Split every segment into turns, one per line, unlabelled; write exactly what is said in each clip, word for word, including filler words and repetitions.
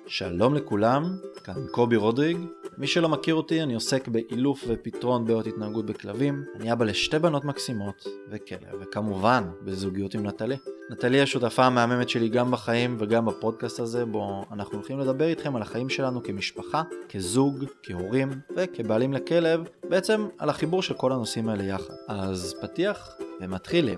שלום לכולם, כאן קובי רודריג. מי שלא מכיר אותי, אני עוסק באילוף ופתרון בעיות התנהגות בכלבים. אני אבא לשתי בנות מקסימות וכלב, וכמובן בזוגיות עם נטלי. נטלי השותפה המהממת שלי גם בחיים וגם בפודקאסט הזה, בו אנחנו הולכים לדבר איתכם על החיים שלנו כמשפחה, כזוג, כהורים וכבעלים לכלב, בעצם על החיבור של כל הנושאים האלה יחד. אז פתיח ומתחילים.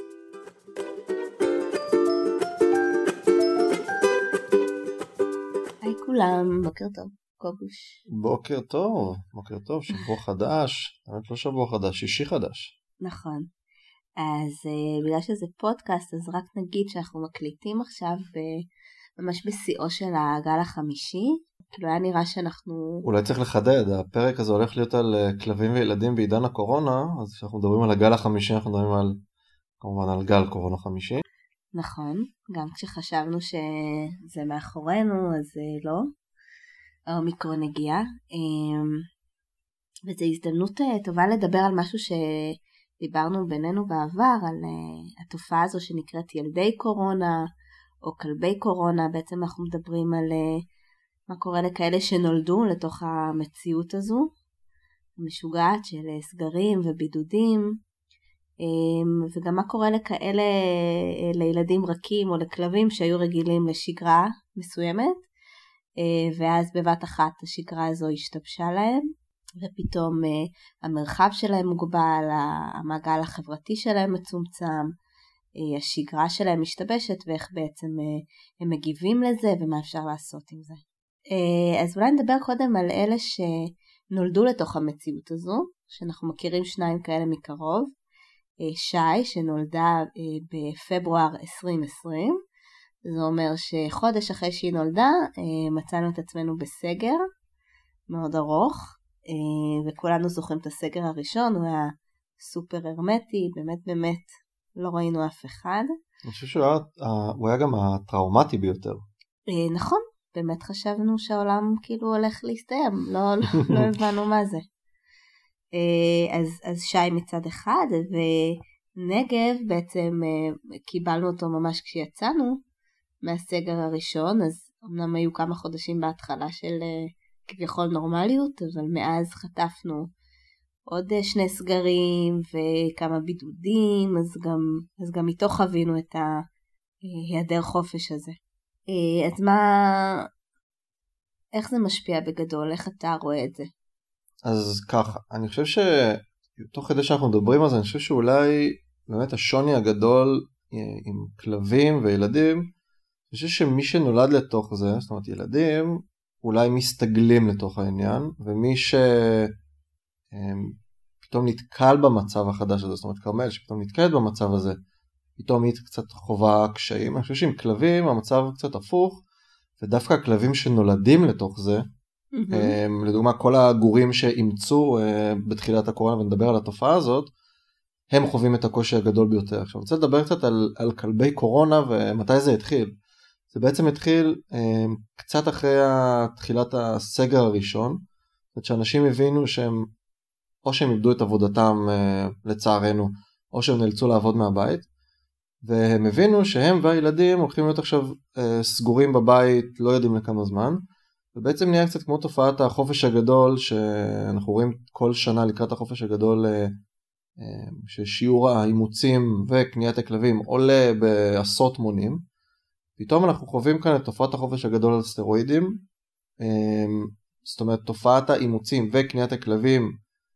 כולם, בוקר טוב, קובוש.
בוקר טוב, בוקר טוב, שבוע חדש, באמת לא שבוע חדש, שישי חדש.
נכון, אז uh, בגלל שזה פודקאסט, אז רק נגיד שאנחנו מקליטים עכשיו uh, ממש בשיאו של הגל החמישי, כאילו היה נראה שאנחנו...
אולי צריך לחדד, הפרק הזה הולך להיות על כלבים וילדים בעידן הקורונה, אז כשאנחנו מדברים על הגל החמישי, אנחנו מדברים על, כמובן על גל קורונה חמישי.
נכון, גם כשחשבנו שזה מאחורינו, אז לא, האומיקרון הגיע, וזו הזדמנות טובה לדבר על משהו שדיברנו בינינו בעבר, על התופעה הזו שנקראת ילדי קורונה, או כלבי קורונה. בעצם אנחנו מדברים על מה קורה לכאלה שנולדו לתוך המציאות הזו, המשוגעת של סגרים ובידודים, וגם מה קורה לכאלה, לילדים רכים או לכלבים שהיו רגילים לשגרה מסוימת, ואז בבת אחת השגרה הזו השתבשה להם, ופתאום המרחב שלהם מוגבל, המעגל החברתי שלהם מצומצם, השגרה שלהם משתבשת, ואיך בעצם הם מגיבים לזה ומה אפשר לעשות עם זה. אז אולי נדבר קודם על אלה שנולדו לתוך המציאות הזו, שאנחנו מכירים שניים כאלה מקרוב. שי שנולדה בפברואר עשרים עשרים, זה אומר שחודש אחרי שהיא נולדה מצאנו את עצמנו בסגר מאוד ארוך, וכולנו זוכרים את הסגר הראשון, הוא היה סופר הרמטי, באמת באמת לא ראינו אף אחד.
אני חושב שהוא היה, הוא היה גם הטראומטי ביותר.
נכון, באמת חשבנו שהעולם כאילו הולך להסתיים, לא, לא, לא הבנו מה זה. אז, אז שי מצד אחד, ונגב בעצם קיבלנו אותו ממש כשיצאנו מהסגר הראשון, אז אמנם היו כמה חודשים בהתחלה של כביכול נורמליות, אבל מאז חטפנו עוד שני סגרים וכמה בידודים, אז גם, אז גם איתו חווינו את ההיעדר חופש הזה. אז מה, איך זה משפיע בגדול? איך אתה רואה את זה?
אז ככה, אני חושב שתוך כדי שאנחנו מדברים על זה, אני חושב שאולי באמת השוני הגדול עם כלבים וילדים, אני חושב שמי שנולד לתוך זה, זאת אומרת ילדים, אולי מסתגלים לתוך העניין, ומי שפתאום נתקל במצב החדש הזה, זאת אומרת קרמל שפתאום נתקלת במצב הזה, פתאום היא קצת חובה קשיים. אני חושב שעם כלבים המצב קצת הפוך, ודווקא הכלבים שנולדים לתוך זה, Mm-hmm. לדוגמה כל הגורים שאימצו בתחילת הקורונה, ונדבר על התופעה הזאת, הם חווים את הקושי הגדול ביותר. עכשיו אני רוצה לדבר קצת על, על כלבי קורונה ומתי זה התחיל. זה בעצם התחיל קצת אחרי תחילת הסגר הראשון, זאת אומרת שאנשים הבינו שהם או שהם איבדו את עבודתם לצערנו, או שהם נאלצו לעבוד מהבית, והם הבינו שהם והילדים הולכים להיות עכשיו סגורים בבית, לא יודעים לכמה זמן, ובעצם נהיה קצת כמו תופעת החופש הגדול, שאנחנו רואים כל שנה לקראת החופש הגדול, ששיעור האימוצים וקניית הכלבים עולה בעשרות מונים. פתאום אנחנו חווים כאן את תופעת החופש הגדול על סטרואידים, זאת אומרת תופעת האימוצים וקניית הכלבים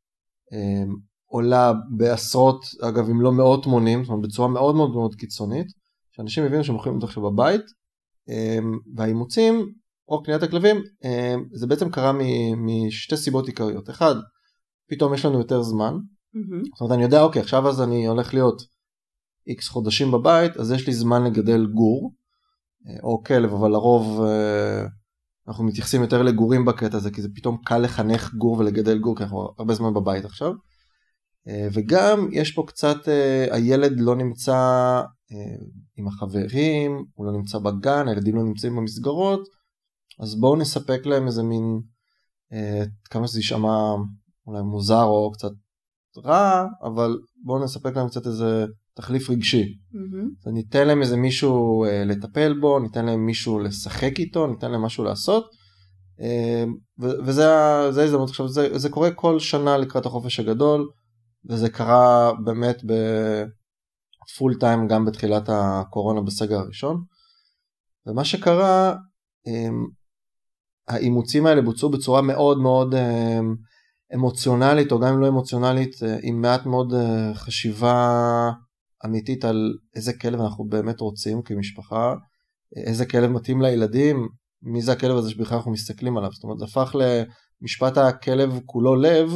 עולה בעשרות, אגב אם לא מאות מונים, זאת אומרת בצורה מאוד מאוד מאוד קיצונית, שאנשים הבינו שהם יכולים להיות עכשיו בבית, והאימוצים או קניית הכלבים, זה בעצם קרה משתי סיבות עיקריות. אחד, פתאום יש לנו יותר זמן, mm-hmm. זאת אומרת אני יודע, אוקיי, עכשיו אז אני הולך להיות איקס חודשים בבית, אז יש לי זמן לגדל גור, או כלב, אבל לרוב אנחנו מתייחסים יותר לגורים בקטע הזה, כי זה פתאום קל לחנך גור ולגדל גור, כי אנחנו הרבה זמן בבית עכשיו. וגם יש פה קצת, הילד לא נמצא עם החברים, הוא לא נמצא בגן, הילדים לא נמצאים במסגרות, אז בואו נספק להם איזה מין, כמה שזה יישמע אולי מוזר או קצת רע, אבל בואו נספק להם קצת איזה תחליף רגשי.
Mm-hmm.
אז ניתן להם איזה מישהו לטפל בו, ניתן להם מישהו לשחק איתו, ניתן להם משהו לעשות, וזה זה הזדמנות. עכשיו, זה, זה קורה כל שנה לקראת החופש הגדול, וזה קרה באמת בפול טיים גם בתחילת הקורונה בסגר הראשון, ומה שקרה, האימוצים האלה בוצעו בצורה מאוד מאוד אמוציונלית, או גם אם לא אמוציונלית, עם מעט מאוד חשיבה אמיתית על איזה כלב אנחנו באמת רוצים כמשפחה, איזה כלב מתאים לילדים, מי זה הכלב הזה שבכלל אנחנו מסתכלים עליו. זאת אומרת, זה הפך למשפט הכלב כולו לב,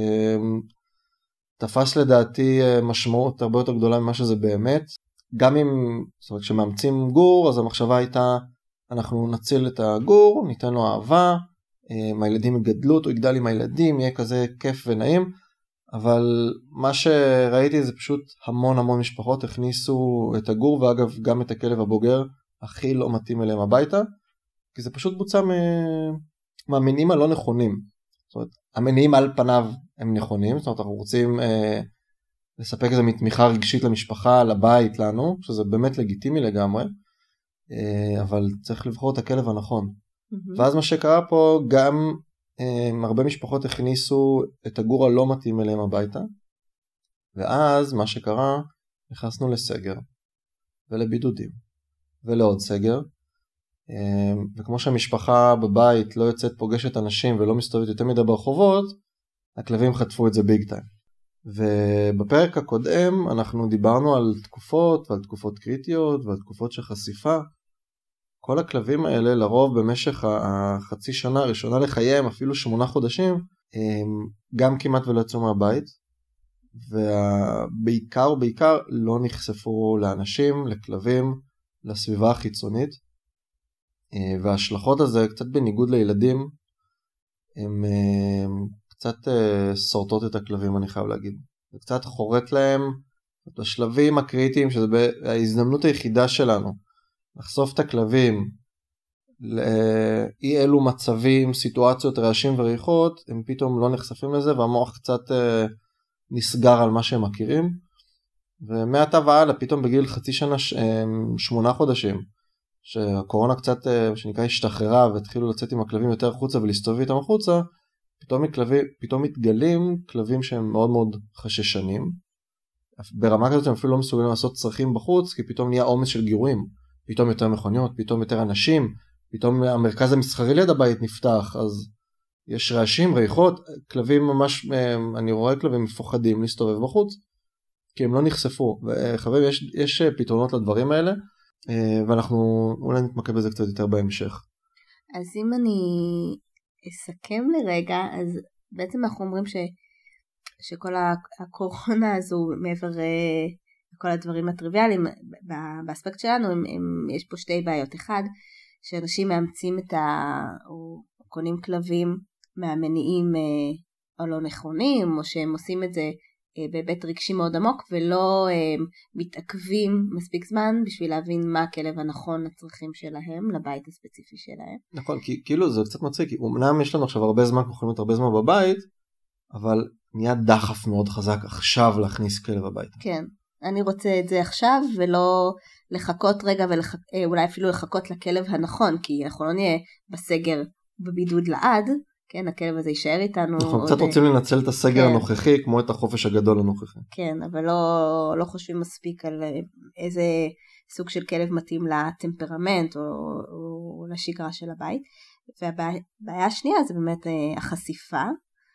תפס לדעתי משמעות הרבה יותר גדולה ממה שזה באמת. גם אם, זאת אומרת, כשמאמצים גור, אז המחשבה הייתה, אנחנו נציל את הגור, ניתן לו אהבה, הילדים יגדלו, הוא יגדל עם הילדים, יהיה כזה כיף ונעים, אבל מה שראיתי זה פשוט המון המון משפחות הכניסו את הגור, ואגב גם את הכלב הבוגר הכי לא מתאים אליהם הביתה, כי זה פשוט בוצע מהמניעים הלא נכונים. זאת אומרת, המניעים על פניו הם נכונים, זאת אומרת, אנחנו רוצים אה, לספק איזו מתמיכה רגשית למשפחה, לבית, לנו, שזה באמת לגיטימי לגמרי, אה, אבל צריך לבחור את הכלב הנכון. Mm-hmm. ואז מה שקרה פה, גם אה, הרבה משפחות הכניסו את הגור הלא מתאים אליהם הביתה, ואז מה שקרה, נכנסנו לסגר, ולבידודים, ולעוד סגר, וכמו שהמשפחה בבית לא יוצאת פוגשת אנשים ולא מסתובבת יותר מדי ברחובות, הכלבים חטפו את זה ביג טיים. ובפרק הקודם אנחנו דיברנו על תקופות ועל תקופות קריטיות ועל תקופות של חשיפה. כל הכלבים האלה לרוב במשך החצי שנה הראשונה לחייהם, אפילו שמונה חודשים, גם כמעט ולא יצאו מהבית, ובעיקר ובעיקר לא נחשפו לאנשים, לכלבים, לסביבה החיצונית. וההשלכות הזה, קצת בניגוד לילדים, הם קצת סורטות את הכלבים, אני חייב להגיד. זה קצת חורט להם את השלבים הקריטיים, שזה ההזדמנות היחידה שלנו, לחשוף את הכלבים, לאי אלו מצבים, סיטואציות, רעשים וריחות, הם פתאום לא נחשפים לזה, והמוח קצת נסגר על מה שהם מכירים, ומעתה והלאה, פתאום בגיל חצי שנה, שמונה חודשים, שהקורונה קצת, שנקרא, השתחררה, והתחילו לצאת עם הכלבים יותר החוצה, ולהסתובב איתם החוצה, פתאום, מכלבים, פתאום מתגלים כלבים שהם מאוד מאוד חששנים, ברמה כזאת הם אפילו לא מסוגלים לעשות צרכים בחוץ, כי פתאום נהיה עומס של גירויים, פתאום יותר מכוניות, פתאום יותר אנשים, פתאום המרכז המסחרי ליד הבית נפתח, אז יש רעשים, ריחות, כלבים ממש, אני רואה כלבים מפוחדים להסתובב בחוץ, כי הם לא נחשפו, וחברים, יש, יש פתרונות לדברים האלה, ואנחנו אולי נתמקד בזה קצת יותר בהמשך.
אז אם אני אסכם לרגע, אז בעצם אנחנו אומרים ש, שכל הקורונה הזו, מעבר לכל הדברים הטריוויאליים, באספקט שלנו, הם, הם, יש פה שתי בעיות. אחד, שאנשים מאמצים את ה... או קונים כלבים מהמניעים או לא נכונים, או שהם עושים את זה בהיבט רגשי מאוד עמוק, ולא מתעכבים מספיק זמן בשביל להבין מה הכלב הנכון לצרכים שלהם, לבית הספציפי שלהם.
נכון, כי כאילו זה קצת מצחיק, כי אמנם יש לנו עכשיו הרבה זמן, אנחנו יכולים להיות הרבה זמן בבית, אבל נהיה דחף מאוד חזק עכשיו להכניס כלב הביתה.
כן, אני רוצה את זה עכשיו, ולא לחכות רגע, ואולי אפילו לחכות לכלב הנכון, כי אנחנו לא נהיה בסגר בבידוד לעד, כן, הכלב הזה יישאר איתנו.
אנחנו קצת רוצים לנצל את הסגר הנוכחי, כמו את החופש הגדול הנוכחי.
כן, אבל לא, לא חושבים מספיק על איזה סוג של כלב מתאים לטמפרמנט, או, או לשגרה של הבית. והבעיה השנייה זה באמת החשיפה.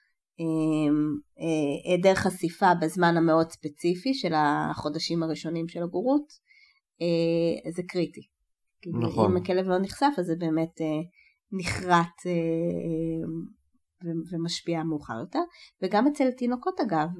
היעדר חשיפה בזמן המאוד ספציפי של החודשים הראשונים של הגורות, זה קריטי. נכון. אם הכלב לא נחשף, אז זה באמת נחרט ומשפיע מאוחר יותר. וגם אצל תינוקות אגב,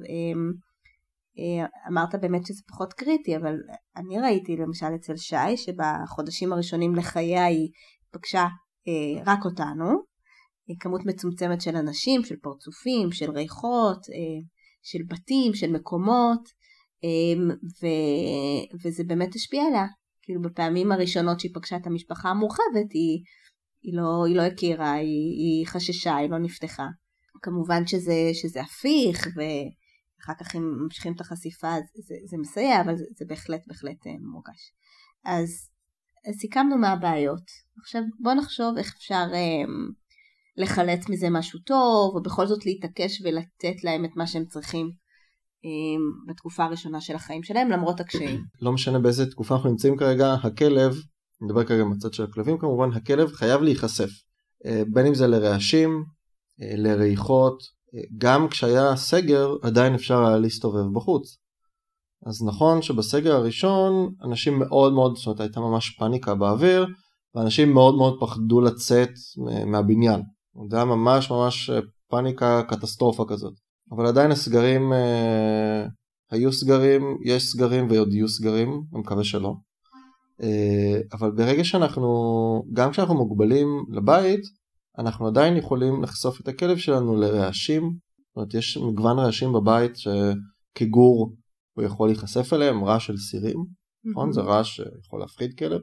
אמרת באמת שזה פחות קריטי, אבל אני ראיתי למשל אצל שי, שבחודשים הראשונים לחייה היא פגשה רק אותנו, כמות מצומצמת של אנשים, של פרצופים, של ריחות, של בתים, של מקומות, ו... וזה באמת השפיע עליה. כאילו בפעמים הראשונות שהיא פגשה את המשפחה המורחבת, היא, היא, לא, היא לא הכירה, היא, היא חששה, היא לא נפתחה. כמובן שזה, שזה הפיך, אחר כך אם ממשיכים את החשיפה, זה, זה מסייע, אבל זה, זה בהחלט, בהחלט מורגש. אז, אז סיכמנו מה הבעיות. עכשיו בוא נחשוב איך אפשר um, לחלץ מזה משהו טוב, ובכל זאת להתעקש ולתת להם את מה שהם צריכים um, בתקופה הראשונה של החיים שלהם, למרות הקשיים.
לא משנה באיזה תקופה אנחנו נמצאים כרגע, הכלב, נדבר כרגע מצד של הכלבים כמובן, הכלב חייב להיחשף. בין אם זה לרעשים, לרעיחות, גם כשהיה סגר עדיין אפשר היה להסתובב בחוץ. אז נכון שבסגר הראשון אנשים מאוד מאוד, זאת אומרת הייתה ממש פאניקה באוויר, ואנשים מאוד מאוד פחדו לצאת מהבניין. זה היה ממש ממש פאניקה, קטסטרופה כזאת. אבל עדיין הסגרים, היו סגרים, יש סגרים ועוד יהיו סגרים, אני מקווה שלא. אבל ברגע שאנחנו, גם כשאנחנו מוגבלים לבית, אנחנו עדיין יכולים לחשוף את הכלב שלנו לרעשים. זאת אומרת, יש מגוון רעשים בבית שכגור הוא יכול להיחשף אליהם, רעש של סירים, נכון? זה רעש שיכול להפחיד כלב.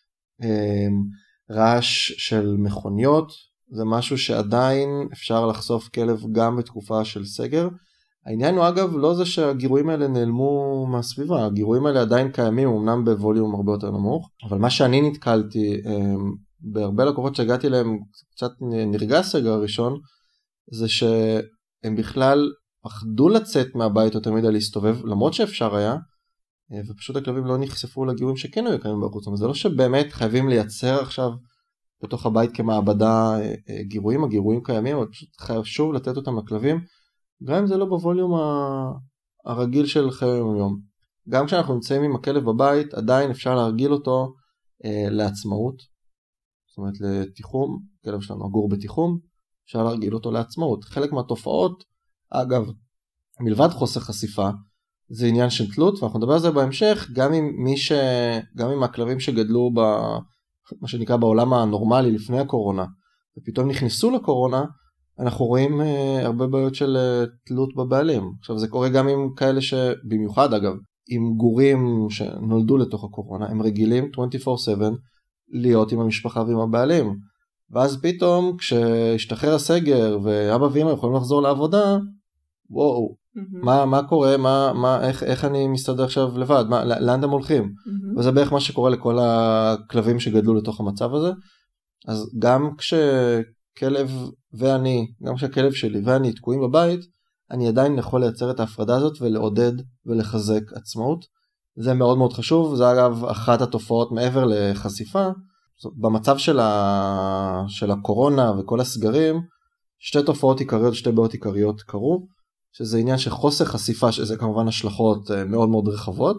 רעש של מכוניות, זה משהו שעדיין אפשר לחשוף כלב גם בתקופה של סגר. העניין הוא אגב לא זה שהגירויים האלה נעלמו מהסביבה, הגירויים האלה עדיין קיימים, אמנם בווליום הרבה יותר נמוך, אבל מה שאני נתקלתי בהרבה לקוחות שהגעתי להם קצת נרגע סגר הראשון, זה שהם בכלל פחדו לצאת מהבית יותר מדי להסתובב, למרות שאפשר היה, ופשוט הכלבים לא נחשפו לגירויים שכן היו קיימים בחוץ. אבל זה לא שבאמת חייבים לייצר עכשיו בתוך הבית כמעבדה גירויים, הגירויים קיימים, אבל פשוט חשוב לתת אותם לכלבים, גם אם זה לא בווליום הרגיל של חיי היום. גם כשאנחנו נמצאים עם הכלב בבית, עדיין אפשר להרגיל אותו אה, לעצמאות, זאת אומרת לתיחום, כלב שלנו אגור בתיחום, אפשר להרגיל אותו לעצמאות. חלק מהתופעות, אגב, מלבד חוסר חשיפה, זה עניין של תלות, ואנחנו נדבר על זה בהמשך, גם עם מי ש... גם עם הכלבים שגדלו ב... מה שנקרא בעולם הנורמלי לפני הקורונה, ופתאום נכנסו לקורונה, אנחנו רואים uh, הרבה בעיות של uh, תלות בבעלים. עכשיו זה קורה גם עם כאלה שבמיוחד אגב, עם גורים שנולדו לתוך הקורונה, הם רגילים עשרים וארבע שבע להיות עם המשפחה ועם הבעלים. ואז פתאום כשהשתחרר הסגר ואבא ואמא יכולים לחזור לעבודה, וואו, mm-hmm. מה, מה קורה, מה, מה, איך, איך אני מסתדר עכשיו לבד, מה, לאן אתם הולכים? Mm-hmm. וזה בערך מה שקורה לכל הכלבים שגדלו לתוך המצב הזה. אז גם כשכלב ואני, גם כשהכלב שלי ואני תקועים בבית, אני עדיין יכול לייצר את ההפרדה הזאת ולעודד ולחזק עצמאות. זה מאוד מאוד חשוב, זה אגב אחת התופעות מעבר לחשיפה. במצב של, ה... של הקורונה וכל הסגרים, שתי תופעות עיקריות, שתי בעיות עיקריות קרו, שזה עניין של חוסר חשיפה, שזה כמובן השלכות מאוד מאוד רחבות,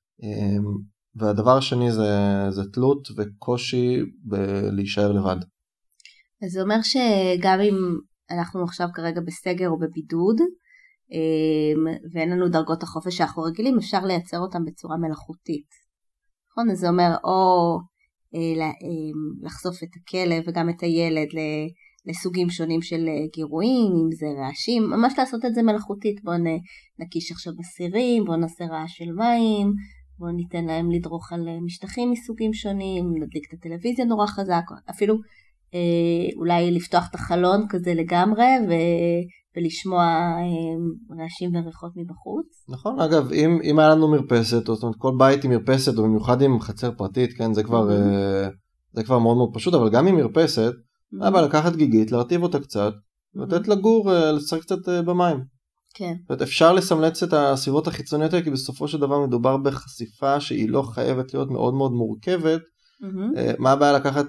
והדבר השני זה, זה תלות וקושי בלהישאר לבד.
אז זה אומר שגם אם אנחנו עכשיו כרגע בסגר או בבידוד, ואין לנו דרגות החופש שאנחנו רגילים, אפשר לייצר אותם בצורה מלאכותית. נכון? אז זה אומר או לחשוף את הכלב וגם את הילד לסוגים שונים של גירויים, אם זה רעשים, ממש לעשות את זה מלאכותית. בואו נקיש עכשיו בסירים, בואו נעשה רעש של מים, בואו ניתן להם לדרוך על משטחים מסוגים שונים, נדליק את הטלוויזיה נורא חזק, אפילו אולי לפתוח את החלון כזה לגמרי ו... ולשמוע רעשים וריחות מבחוץ. נכון,
אגב, אם, אם היה לנו מרפסת, זאת אומרת, כל בית עם מרפסת, או במיוחד עם חצר פרטית, כן, זה כבר, mm-hmm. זה כבר מאוד מאוד פשוט, אבל גם עם מרפסת, mm-hmm. אבל לקחת גיגית, להרטיב אותה קצת, mm-hmm. לתת לגור, לשחק קצת במים.
כן.
זאת אומרת, אפשר לסמלץ את הסביבות החיצוניות, כי בסופו של דבר מדובר בחשיפה, שהיא לא חייבת להיות מאוד מאוד מורכבת. Mm-hmm. מה הבעיה לקחת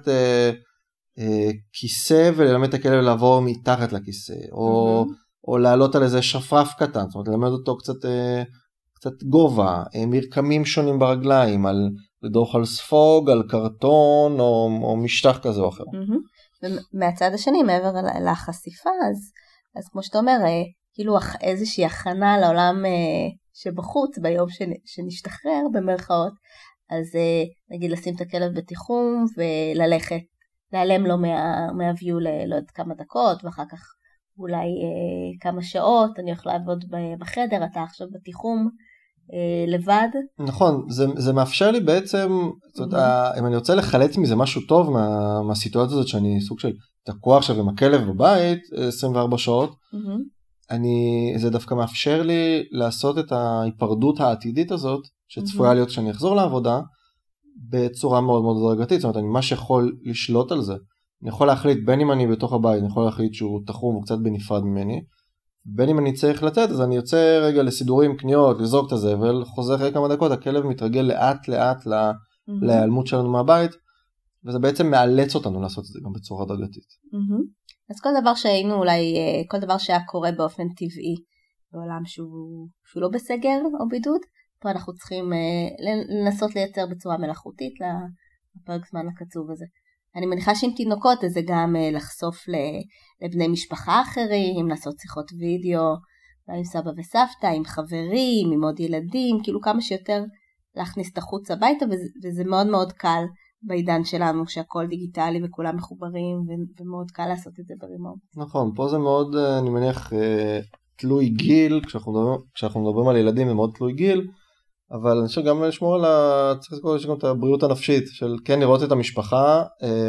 כיסא וללמד את הכלב לעבור מתחת לכיסא, או, mm-hmm. או לעלות על איזה שפרף קטן, זאת אומרת, ללמד אותו קצת, קצת גובה, מרקמים שונים ברגליים, על, לדרוך על ספוג, על קרטון, או, או משטח כזה או אחר.
Mm-hmm. ומהצד השני, מעבר לחשיפה, אז, אז כמו שאתה אומר, כאילו איזושהי הכנה לעולם שבחוץ, ביום שנשתחרר במרכאות, אז נגיד לשים את הכלב בתיחום, וללכת, להיעלם לו מה, מהוויו לא עוד כמה דקות, ואחר כך אולי אה, כמה שעות, אני יכולה לעבוד בחדר, אתה עכשיו בתיחום אה, לבד.
נכון, זה, זה מאפשר לי בעצם, זאת אומרת, אם אני רוצה לחלץ מזה משהו טוב מה, מהסיטואציה הזאת, שאני סוג של תקוע עכשיו עם הכלב בבית, עשרים וארבע שעות, אני, זה דווקא מאפשר לי לעשות את ההיפרדות העתידית הזאת, שצפויה להיות שאני אחזור לעבודה, בצורה מאוד מאוד דרגתית. זאת אומרת, אני ממש יכול לשלוט על זה. אני יכול להחליט, בין אם אני בתוך הבית, אני יכול להחליט שהוא תחום וקצת בנפרד ממני, בין אם אני צריך לצאת, אז אני יוצא רגע לסידורים, קניות, לזרוק את הזבל, חוזר אחרי כמה דקות, הכלב מתרגל לאט לאט להיעלמות שלנו מהבית, וזה בעצם מאלץ אותנו לעשות את זה גם בצורה דרגתית.
אז כל דבר שהיינו אולי, כל דבר שהיה קורה באופן טבעי, בעולם שהוא, שהוא לא בסגר או בידוד, פה אנחנו צריכים לנסות לייצר בצורה מלאכותית לפרק זמן הקצוב הזה. אני מניחה שעם תינוקות אז זה גם לחשוף לבני משפחה אחרים, לעשות שיחות וידאו, עם סבא וסבתא, עם חברים, עם עוד ילדים, כאילו כמה שיותר להכניס את החוץ הביתה, וזה, וזה מאוד מאוד קל בעידן שלנו, שהכל דיגיטלי וכולם מחוברים, ו- ומאוד קל לעשות את זה ברימון.
נכון, פה זה מאוד, אני מניח, תלוי גיל, כשאנחנו מדברים, כשאנחנו מדברים על ילדים זה מאוד תלוי גיל, אבל אני חושב גם לשמור על ה... צריך לזכור שיש גם את הבריאות הנפשית, של כן לראות את המשפחה,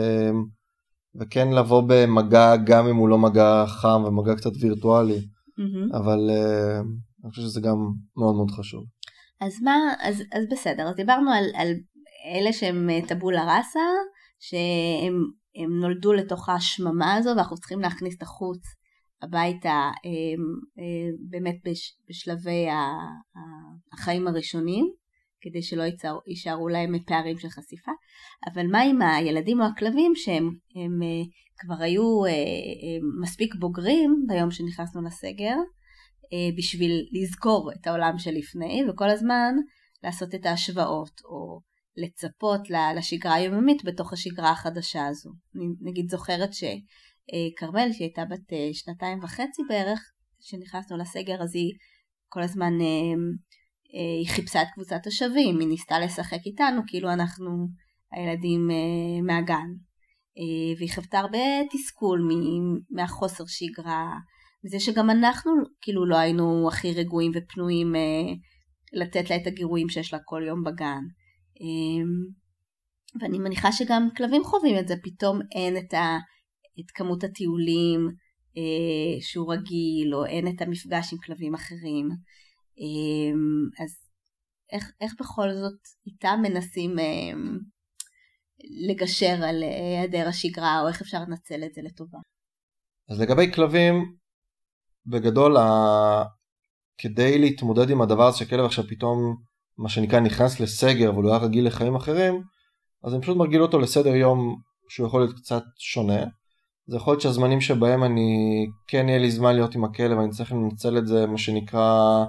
וכן לבוא במגע, גם אם הוא לא מגע חם ומגע קצת וירטואלי, mm-hmm. אבל אני חושב שזה גם מאוד מאוד חשוב.
אז מה, אז, אז בסדר, אז דיברנו על, על אלה שהם טבולה ראסה, שהם הם נולדו לתוך השממה הזו, ואנחנו צריכים להכניס את החוץ הביתה, באמת בשלבי החיים הראשונים, כדי שלא יישארו להם פערים של חשיפה. אבל מה עם הילדים או הכלבים שהם הם כבר היו מספיק בוגרים ביום שנכנסנו לסגר, בשביל לזכור את העולם שלפני, וכל הזמן לעשות את ההשוואות, או לצפות לשגרה היוממית בתוך השגרה החדשה הזו. אני נגיד זוכרת שקרמל, שהיא הייתה בת שנתיים וחצי בערך, שנכנסנו לסגר, אז היא כל הזמן, היא חיפשה את קבוצת השווים, היא ניסתה לשחק איתנו, כאילו אנחנו הילדים מהגן. והיא חוותה הרבה תסכול מהחוסר שגרה, וזה שגם אנחנו כאילו לא היינו הכי רגועים ופנויים לתת לה את הגירויים שיש לה כל יום בגן. ואני מניחה שגם כלבים חווים את זה, פתאום אין את, ה, את כמות הטיולים שהוא רגיל, או אין את המפגש עם כלבים אחרים. אז איך, איך בכל זאת איתם מנסים לגשר על היעדר השגרה, או איך אפשר לנצל את זה לטובה?
אז לגבי כלבים, בגדול, ה... כדי להתמודד עם הדבר הזה שכלב עכשיו פתאום, מה שנקרא, נכנס לסגר, אבל הוא היה רגיל לחיים אחרים, אז אני פשוט מרגיל אותו לסדר יום שהוא יכול להיות קצת שונה. זה יכול להיות שהזמנים שבהם אני, כן יהיה לי זמן להיות עם הכלב, אני צריך לנצל את זה, מה שנקרא,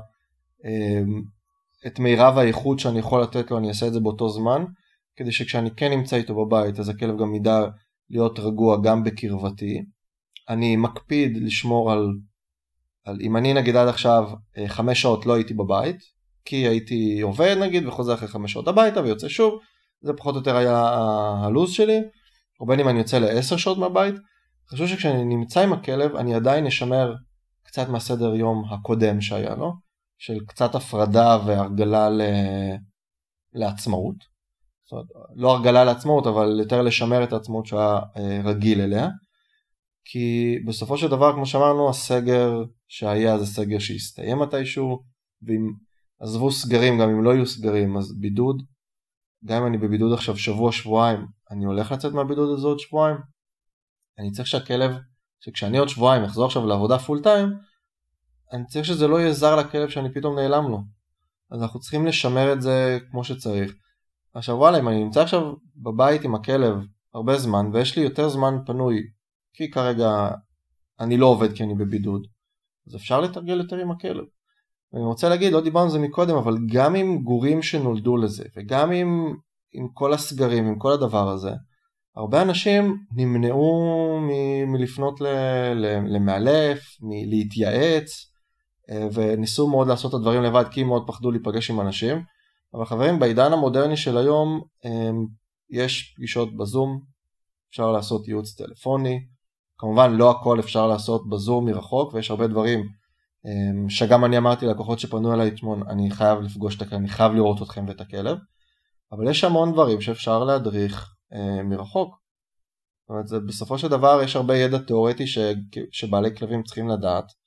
את מירב האיכות שאני יכול לתת לו, אני אעשה את זה באותו זמן, כדי שכשאני כן נמצא איתו בבית, אז הכלב גם ידע להיות רגוע גם בקרבתי. אני מקפיד לשמור על, על אם אני נגיד עד עכשיו חמש שעות לא הייתי בבית, כי הייתי עובד נגיד וחוזר אחרי חמש שעות הביתה ויוצא שוב, זה פחות או יותר היה הלוז שלי, או בין אם אני יוצא לעשר שעות מהבית, חשוב שכשאני נמצא עם הכלב אני עדיין אשמר קצת מהסדר יום הקודם שהיה לו, של קצת הפרדה והרגלה ל... לעצמאות, זאת אומרת, לא הרגלה לעצמאות אבל יותר לשמר את העצמאות שהיה רגיל אליה, כי בסופו של דבר כמו שאמרנו הסגר שהיה זה סגר שיסתיים מתישהו, ואם עזבו סגרים גם אם לא יהיו סגרים אז בידוד, גם אם אני בבידוד עכשיו שבוע שבועיים אני הולך לצאת מהבידוד הזה עוד שבועיים, אני צריך שהכלב, שכשאני עוד שבועיים אחזור עכשיו לעבודה פול טיים, אני צריך שזה לא יהיה זר לכלב שאני פתאום נעלם לו, אז אנחנו צריכים לשמר את זה כמו שצריך. עכשיו וואלה, אם אני נמצא עכשיו בבית עם הכלב הרבה זמן ויש לי יותר זמן פנוי, כי כרגע אני לא עובד כי אני בבידוד, אז אפשר לתרגל יותר עם הכלב. ואני רוצה להגיד, לא דיברנו על זה מקודם, אבל גם עם גורים שנולדו לזה, וגם עם, עם כל הסגרים, עם כל הדבר הזה, הרבה אנשים נמנעו מ- מלפנות ל- ל- למאלף, מלהתייעץ, וניסו מאוד לעשות את הדברים לבד, כי מאוד פחדו להיפגש עם אנשים. אבל חברים, בעידן המודרני של היום, יש פגישות בזום, אפשר לעשות ייעוץ טלפוני, כמובן לא הכל אפשר לעשות בזום מרחוק, ויש הרבה דברים שגם אני אמרתי לקוחות שפנו אליי, אני חייב לפגוש את הכלב, אני חייב לראות אתכם ואת הכלב, אבל יש המון דברים שאפשר להדריך מרחוק. זאת אומרת, זה, בסופו של דבר יש הרבה ידע תיאורטי ש, שבעלי כלבים צריכים לדעת,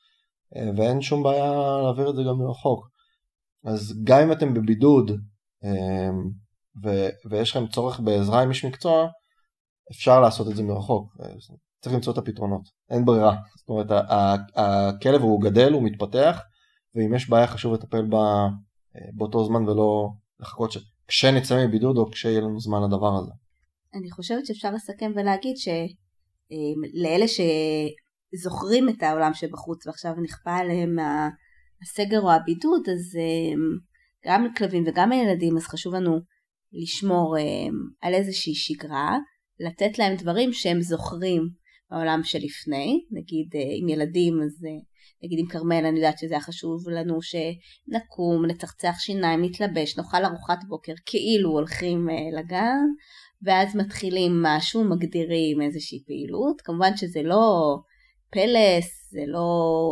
ואין שום בעיה להעביר את זה גם מרחוק. אז גם אם אתם בבידוד, ו- ויש לכם צורך בעזרה עם איש מקצוע, אפשר לעשות את זה מרחוק. צריך למצוא את הפתרונות, אין ברירה. זאת אומרת, הכלב הוא גדל, הוא מתפתח, ואם יש בעיה חשוב לטפל בה באותו זמן ולא לחכות כשנצא מבידוד או כשיהיה לנו זמן לדבר הזה.
אני חושבת שאפשר לסכם ולהגיד שלאלה שזוכרים את העולם שבחוץ ועכשיו נכפה עליהם הסגר או הבידוד, אז גם כלבים וגם הילדים, אז חשוב לנו לשמור על איזושהי שגרה, לתת להם דברים שהם זוכרים בעולם שלפני, נגיד עם ילדים, אז נגיד עם קרמל, אני יודעת שזה היה חשוב לנו שנקום, נצחצח שיניים, נתלבש, נאכל ארוחת בוקר, כאילו הולכים לגן, ואז מתחילים משהו, מגדירים איזושהי פעילות, כמובן שזה לא פלס, זה לא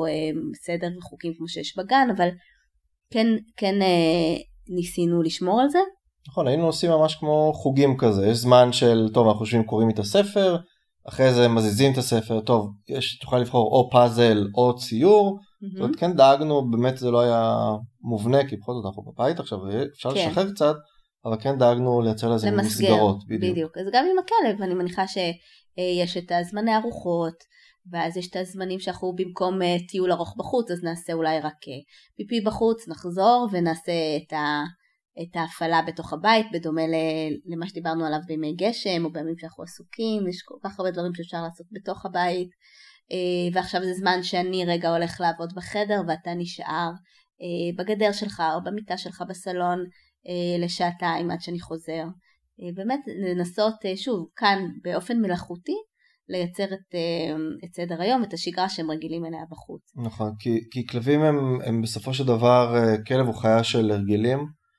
סדר וחוקים כמו שיש בגן, אבל כן, כן ניסינו לשמור על זה.
נכון, היינו עושים ממש כמו חוגים כזה, יש זמן של, טוב, אנחנו חושבים קוראים את הספר, אחרי זה מזיזים את הספר, טוב, יש, תוכל לבחור או פאזל או ציור, mm-hmm. זאת אומרת, כן דאגנו, באמת זה לא היה מובנה, כי בכל זאת אנחנו בבית עכשיו, אפשר כן. לשחרר קצת, אבל כן דאגנו לייצר לזה מסגרות.
בדיוק. בדיוק, אז גם עם הכלב, אני מניחה שיש את הזמני ארוחות, ואז יש את הזמנים שאנחנו במקום טיול ארוך בחוץ, אז נעשה אולי רק פיפי בחוץ, נחזור ונעשה את ה... את ההפעלה בתוך הבית, בדומה למה שדיברנו עליו בימי גשם, או בימים שאנחנו עסוקים, יש כל כך הרבה דברים שאפשר לעשות בתוך הבית, ועכשיו זה זמן שאני רגע הולך לעבוד בחדר, ואתה נשאר בגדר שלך, או במיטה שלך בסלון, לשעתיים עד שאני חוזר. באמת לנסות, שוב, כאן באופן מלאכותי, לייצר את, את סדר היום, את השגרה שהם רגילים אליה בחוץ.
נכון, כי, כי כלבים הם, הם בסופו של דבר, כלב הוא חיה של הרגלים,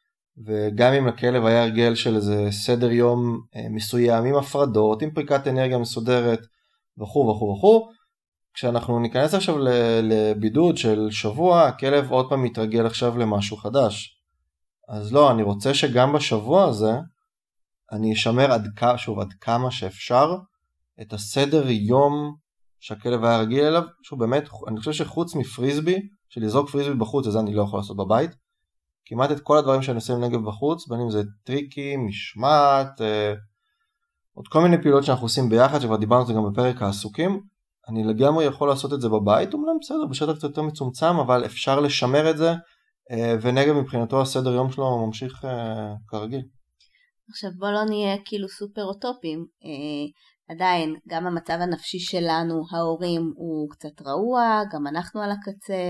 וגם אם לכלב היה הרגל של איזה סדר יום מסוים, עם הפרדות, עם פריקת אנרגיה מסודרת, וכו' וכו' וכו', כשאנחנו ניכנס עכשיו לבידוד של שבוע, הכלב עוד פעם מתרגל עכשיו למשהו חדש. אז לא, אני רוצה שגם בשבוע הזה, אני אשמר עד, שוב, עד כמה שאפשר, את הסדר יום שהכלב היה רגיל אליו, שהוא באמת, אני חושב שחוץ מפריסבי, של לזרוק פריסבי בחוץ, אז אני לא יכול לעשות בבית, כמעט את כל הדברים שאני עושה לנגב בחוץ, בין אם זה טריקים, משמעת, אה, עוד כל מיני פעילות שאנחנו עושים ביחד, שכבר דיברנו את זה גם בפרק העסוקים, אני לגמרי יכול לעשות את זה בבית, אומנם בסדר, בשטח קצת יותר מצומצם, אבל אפשר לשמר את זה, אה, ונגב מבחינתו הסדר יום שלו ממשיך אה, כרגיל.
עכשיו בוא לא נהיה כאילו סופר אוטופים, אה, עדיין גם המצב הנפשי שלנו, ההורים, הוא קצת רעוע, גם אנחנו על הקצה,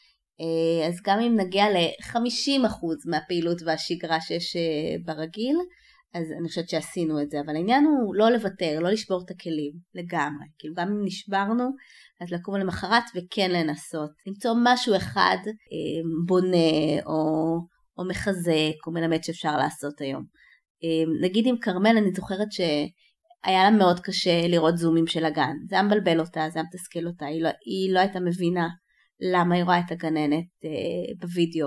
אז גם אם נגיע ל-חמישים אחוז מהפעילות והשגרה שיש ברגיל, אז אני חושבת שעשינו את זה, אבל העניין הוא לא לוותר, לא לשבור את הכלים לגמרי, כאילו גם אם נשברנו, אז לקום למחרת וכן לנסות, למצוא משהו אחד בונה או, או מחזק או מלמד שאפשר לעשות היום. נגיד עם קרמל, אני זוכרת שהיה לה מאוד קשה לראות זומים של הגן, זה היה מבלבל אותה, זה היה מתסכל אותה, היא לא, היא לא הייתה מבינה למה היא רואה את הגננת אה, בווידאו.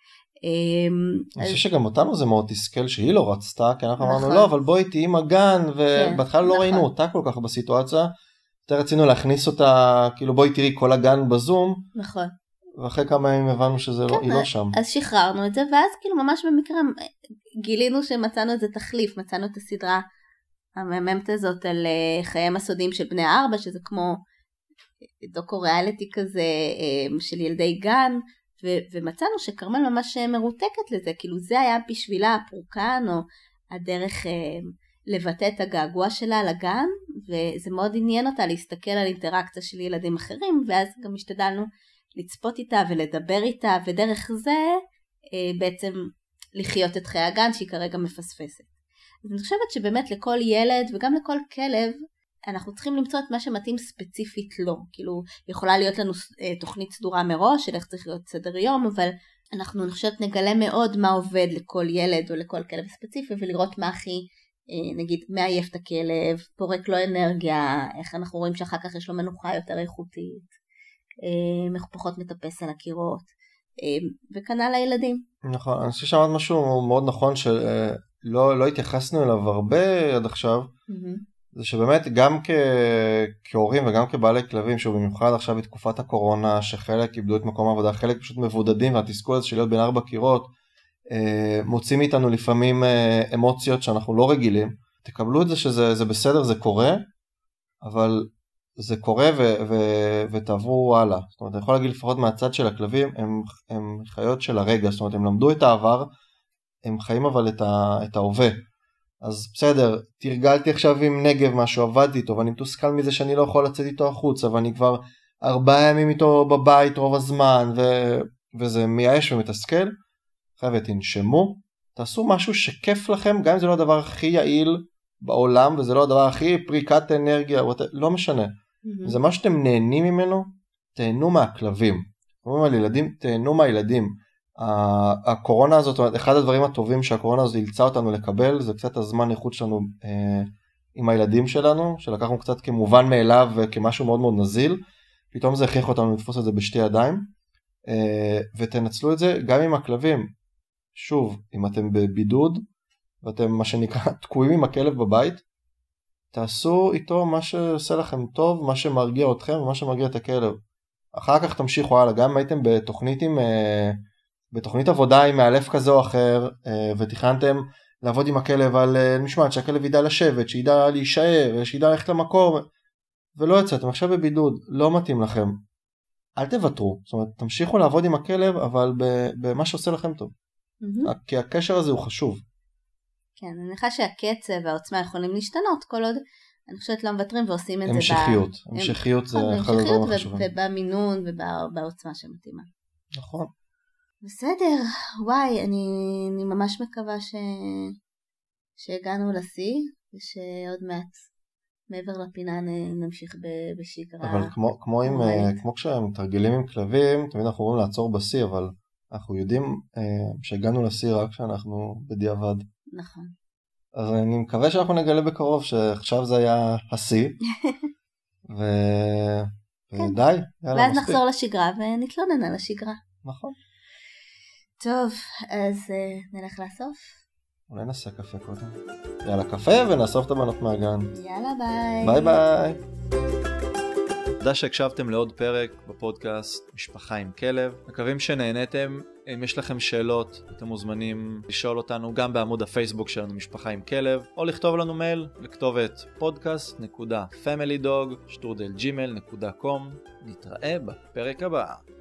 אני חושב שגם אותנו זה מאוד תסכל שהיא לא רצתה, כי אנחנו אמרנו לא, אבל בואי תהי עם הגן, ובהתחלה לא ראינו אותה כל כך בסיטואציה, יותר רצינו להכניס אותה, כאילו בואי תראי כל הגן בזום,
נכון.
ואחרי כמה ימים הבנו שזה לא, היא לא שם.
אז שחררנו את זה, ואז כאילו ממש במקרה גילינו שמצאנו איזה תחליף, מצאנו את הסדרה המהממת הזאת על חייהם הסודיים של בני הארבע, שזה כמו דוקו ריאליטי כזה של ילדי גן, ו- ומצאנו שקרמל ממש מרותקת לזה, כאילו זה היה בשבילה הפורקן, או הדרך אה, לבטא את הגעגוע שלה לגן, וזה מאוד עניין אותה להסתכל על אינטראקציה של ילדים אחרים, ואז גם השתדלנו לצפות איתה ולדבר איתה, ודרך זה אה, בעצם לחיות את חיי הגן שהיא כרגע מפספסת. אז אני חושבת שבאמת לכל ילד וגם לכל כלב, אנחנו צריכים למצוא את מה שמתאים ספציפית לו, כאילו יכולה להיות לנו תוכנית סדורה מראש של איך צריך להיות סדר יום, אבל אנחנו נחשבת נגלה מאוד מה עובד לכל ילד או לכל כלב ספציפי, ולראות מה הכי, נגיד, מעייף את הכלב, פורק לו אנרגיה, איך אנחנו רואים שאחר כך יש לו מנוחה יותר איכותית, איך פחות מטפס על הקירות, וכנ"ל הילדים.
נכון, אני חושב שאמרת משהו מאוד נכון שלא לא התייחסנו אליו הרבה עד עכשיו, mm-hmm. זה שבאמת גם כ... כהורים וגם כבעלי כלבים, שהוא במיוחד עכשיו בתקופת הקורונה, שחלק איבדו את מקום העבודה, חלק פשוט מבודדים, והתסכול הזה של להיות בין ארבע קירות, מוצאים איתנו לפעמים אמוציות שאנחנו לא רגילים. תקבלו את זה שזה זה בסדר, זה קורה, אבל זה קורה ו- ו- ותעברו הלאה. זאת אומרת, אני יכול להגיד לפחות מהצד של הכלבים, הם, הם חיות של הרגע, זאת אומרת, הם למדו את העבר, הם חיים אבל את, ה- את ההווה. אז בסדר, תרגלתי עכשיו עם נגב משהו, עבדתי איתו, ואני מתוסכל מזה שאני לא יכול לצאת איתו החוצה, ואני כבר ארבעה ימים איתו בבית רוב הזמן, ו- וזה מייאש ומתסכל. חבר'ה, תנשמו, תעשו משהו שכיף לכם, גם אם זה לא הדבר הכי יעיל בעולם, וזה לא הדבר הכי פריקת אנרגיה, לא משנה. Mm-hmm. זה מה שאתם נהנים ממנו, תהנו מהכלבים. אומרים על ילדים, תהנו מהילדים. הקורונה הזאת, אחד הדברים הטובים שהקורונה הזאת אילצה אותנו לקבל, זה קצת הזמן איכות שלנו אה, עם הילדים שלנו, שלקחנו קצת כמובן מאליו וכמשהו מאוד מאוד נזיל, פתאום זה הכריח אותנו לתפוס את זה בשתי ידיים, אה, ותנצלו את זה גם עם הכלבים. שוב, אם אתם בבידוד, ואתם מה שנקרא תקועים עם הכלב בבית, תעשו איתו מה שעושה לכם טוב, מה שמרגיע אתכם ומה שמרגיע את הכלב. אחר כך תמשיכו הלאה, גם אם הייתם בתוכנית עם... אה, בתוכנית עבודה עם מאלף כזה או אחר, ותכננתם לעבוד עם הכלב על משמעת, שהכלב ידע לשבת, שידע להישאר, שידע ללכת למקום, ולא יצאתם, עכשיו בבידוד, לא מתאים לכם. אל תוותרו, זאת אומרת, תמשיכו לעבוד עם הכלב, אבל במה שעושה לכם טוב. Mm-hmm. כי הקשר הזה הוא חשוב.
כן, אני מניחה שהקצב והעוצמה יכולים להשתנות, כל עוד, אני חושבת לא מוותרים ועושים את זה.
המשכיות, המשכיות זה אחד הדברים החשובים.
ובמינון ובעוצמה שמתאימה.
נכון.
בסדר, וואי, אני, אני ממש מקווה ש... שהגענו לשיא, ושעוד מעט מעבר לפינה נמשיך בשגרה.
אבל כמו, כמו, עם, כמו כשמתרגלים עם כלבים, תמיד אנחנו אומרים לעצור בשיא, אבל אנחנו יודעים שהגענו לשיא רק כשאנחנו בדיעבד.
נכון.
אז אני מקווה שאנחנו נגלה בקרוב שעכשיו זה היה השיא, ו... ודי, יאללה,
ואז נחזור לשגרה ונתלונן על השגרה.
נכון.
טוב, אז uh, נלך לאסוף.
אולי נעשה קפה קודם. יאללה, קפה ונאסוף את הבנות מהגן.
יאללה, ביי.
ביי ביי. תודה שהקשבתם לעוד פרק בפודקאסט משפחה עם כלב. מקווים שנהנתם. אם יש לכם שאלות, אתם מוזמנים לשאול אותנו גם בעמוד הפייסבוק שלנו משפחה עם כלב, או לכתוב לנו מייל לכתובת פודקאסט נקודה פמילי דוג שטרודל ג'ימייל נקודה קום. נתראה בפרק הבא.